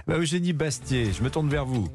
Eugénie Bastier, je me tourne vers vous.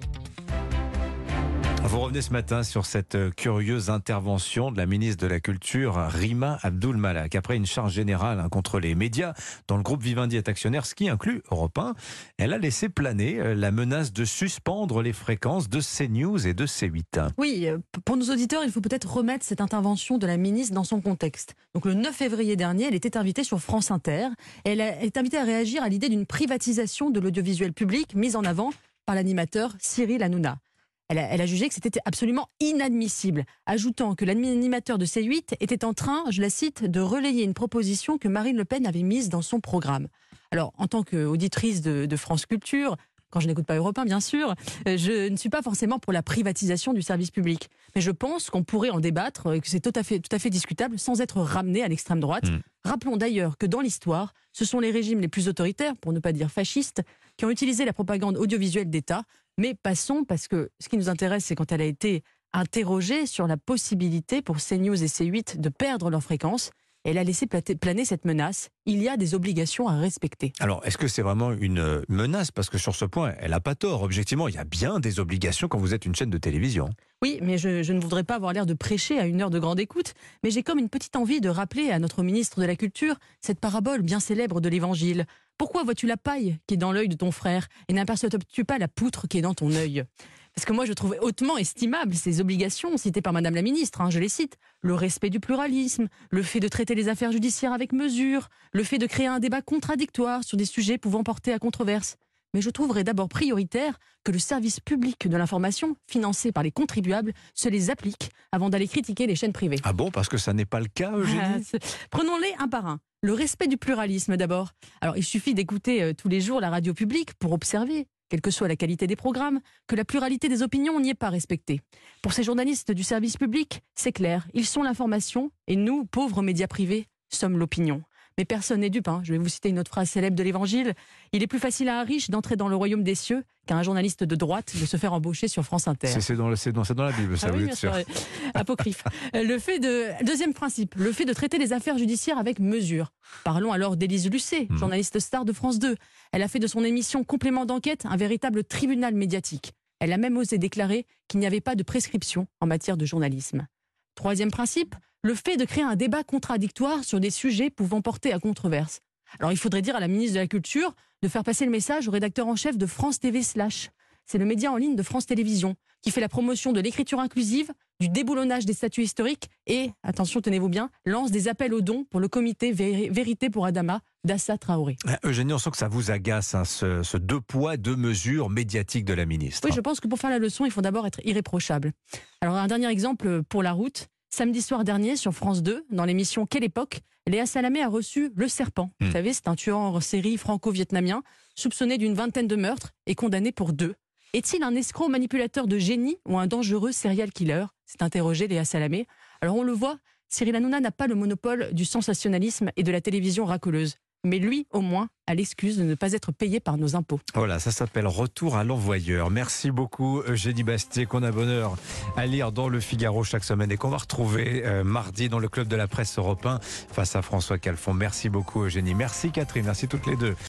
Vous revenez ce matin sur cette curieuse intervention de la ministre de la Culture, Rima Abdul Malak. Après une charge générale contre les médias, dont le groupe Vivendi est actionnaire, ce qui inclut Europe 1, elle a laissé planer la menace de suspendre les fréquences de CNews et de C8. Oui, pour nos auditeurs, il faut peut-être remettre cette intervention de la ministre dans son contexte. Donc le 9 février dernier, elle était invitée sur France Inter. Elle est invitée à réagir à l'idée d'une privatisation de l'audiovisuel public mise en avant par l'animateur Cyril Hanouna. Elle a jugé que c'était absolument inadmissible, ajoutant que l'animateur de C8 était en train, je la cite, de relayer une proposition que Marine Le Pen avait mise dans son programme. Alors, en tant qu'auditrice de France Culture, quand je n'écoute pas Europe 1, bien sûr, je ne suis pas forcément pour la privatisation du service public. Mais je pense qu'on pourrait en débattre, que c'est tout à fait discutable, sans être ramené à l'extrême droite. Rappelons d'ailleurs que dans l'histoire, ce sont les régimes les plus autoritaires, pour ne pas dire fascistes, qui ont utilisé la propagande audiovisuelle d'État. Mais passons, parce que ce qui nous intéresse, c'est quand elle a été interrogée sur la possibilité pour CNews et C8 de perdre leur fréquence. Elle a laissé planer cette menace. Il y a des obligations à respecter. Alors, est-ce que c'est vraiment une menace? Parce que sur ce point, elle n'a pas tort. Objectivement, il y a bien des obligations quand vous êtes une chaîne de télévision. Oui, mais je ne voudrais pas avoir l'air de prêcher à une heure de grande écoute, mais j'ai comme une petite envie de rappeler à notre ministre de la Culture cette parabole bien célèbre de l'Évangile. Pourquoi vois-tu la paille qui est dans l'œil de ton frère et n'aperçois-tu pas la poutre qui est dans ton œil? Parce que moi, je trouve hautement estimable ces obligations citées par Madame la Ministre, je les cite. Le respect du pluralisme, le fait de traiter les affaires judiciaires avec mesure, le fait de créer un débat contradictoire sur des sujets pouvant porter à controverse. Mais je trouverais d'abord prioritaire que le service public de l'information, financé par les contribuables, se les applique avant d'aller critiquer les chaînes privées. Ah bon, parce que ça n'est pas le cas, Eugénie? Prenons-les un par un. Le respect du pluralisme d'abord. Alors il suffit d'écouter tous les jours la radio publique pour observer, quelle que soit la qualité des programmes, que la pluralité des opinions n'y est pas respectée. Pour ces journalistes du service public, c'est clair, ils sont l'information et nous, pauvres médias privés, sommes l'opinion. Mais personne n'est dupe. Je vais vous citer une autre phrase célèbre de l'Évangile. Il est plus facile à un riche d'entrer dans le royaume des cieux qu'à un journaliste de droite de se faire embaucher sur France Inter. C'est dans la Bible, ça, oui, vous bien êtes sûr. Apocryphe. Deuxième principe, le fait de traiter les affaires judiciaires avec mesure. Parlons alors d'Élise Lucet, journaliste star de France 2. Elle a fait de son émission Complément d'enquête un véritable tribunal médiatique. Elle a même osé déclarer qu'il n'y avait pas de prescription en matière de journalisme. Troisième principe, le fait de créer un débat contradictoire sur des sujets pouvant porter à controverse. Alors il faudrait dire à la ministre de la Culture de faire passer le message au rédacteur en chef de France TV /. C'est le média en ligne de France Télévisions qui fait la promotion de l'écriture inclusive, du déboulonnage des statuts historiques et, attention, tenez-vous bien, lance des appels aux dons pour le comité Vérité pour Adama d'Assa Traoré. Eugénie, on sent que ça vous agace, ce deux poids, deux mesures médiatiques de la ministre. Oui, je pense que pour faire la leçon, il faut d'abord être irréprochable. Alors un dernier exemple pour la route. Samedi soir dernier, sur France 2, dans l'émission Quelle époque, Léa Salamé a reçu Le Serpent. Vous savez, c'est un tueur en série franco-vietnamien, soupçonné d'une vingtaine de meurtres et condamné pour 2. Est-il un escroc manipulateur de génie ou un dangereux serial killer? s'est interrogé Léa Salamé. Alors on le voit, Cyril Hanouna n'a pas le monopole du sensationnalisme et de la télévision racoleuse. Mais lui, au moins, a l'excuse de ne pas être payé par nos impôts. Voilà, ça s'appelle Retour à l'envoyeur. Merci beaucoup, Eugénie Bastier, qu'on a bonheur à lire dans Le Figaro chaque semaine et qu'on va retrouver mardi dans le Club de la Presse Europe 1 face à François Calfon. Merci beaucoup, Eugénie. Merci, Catherine. Merci toutes les deux.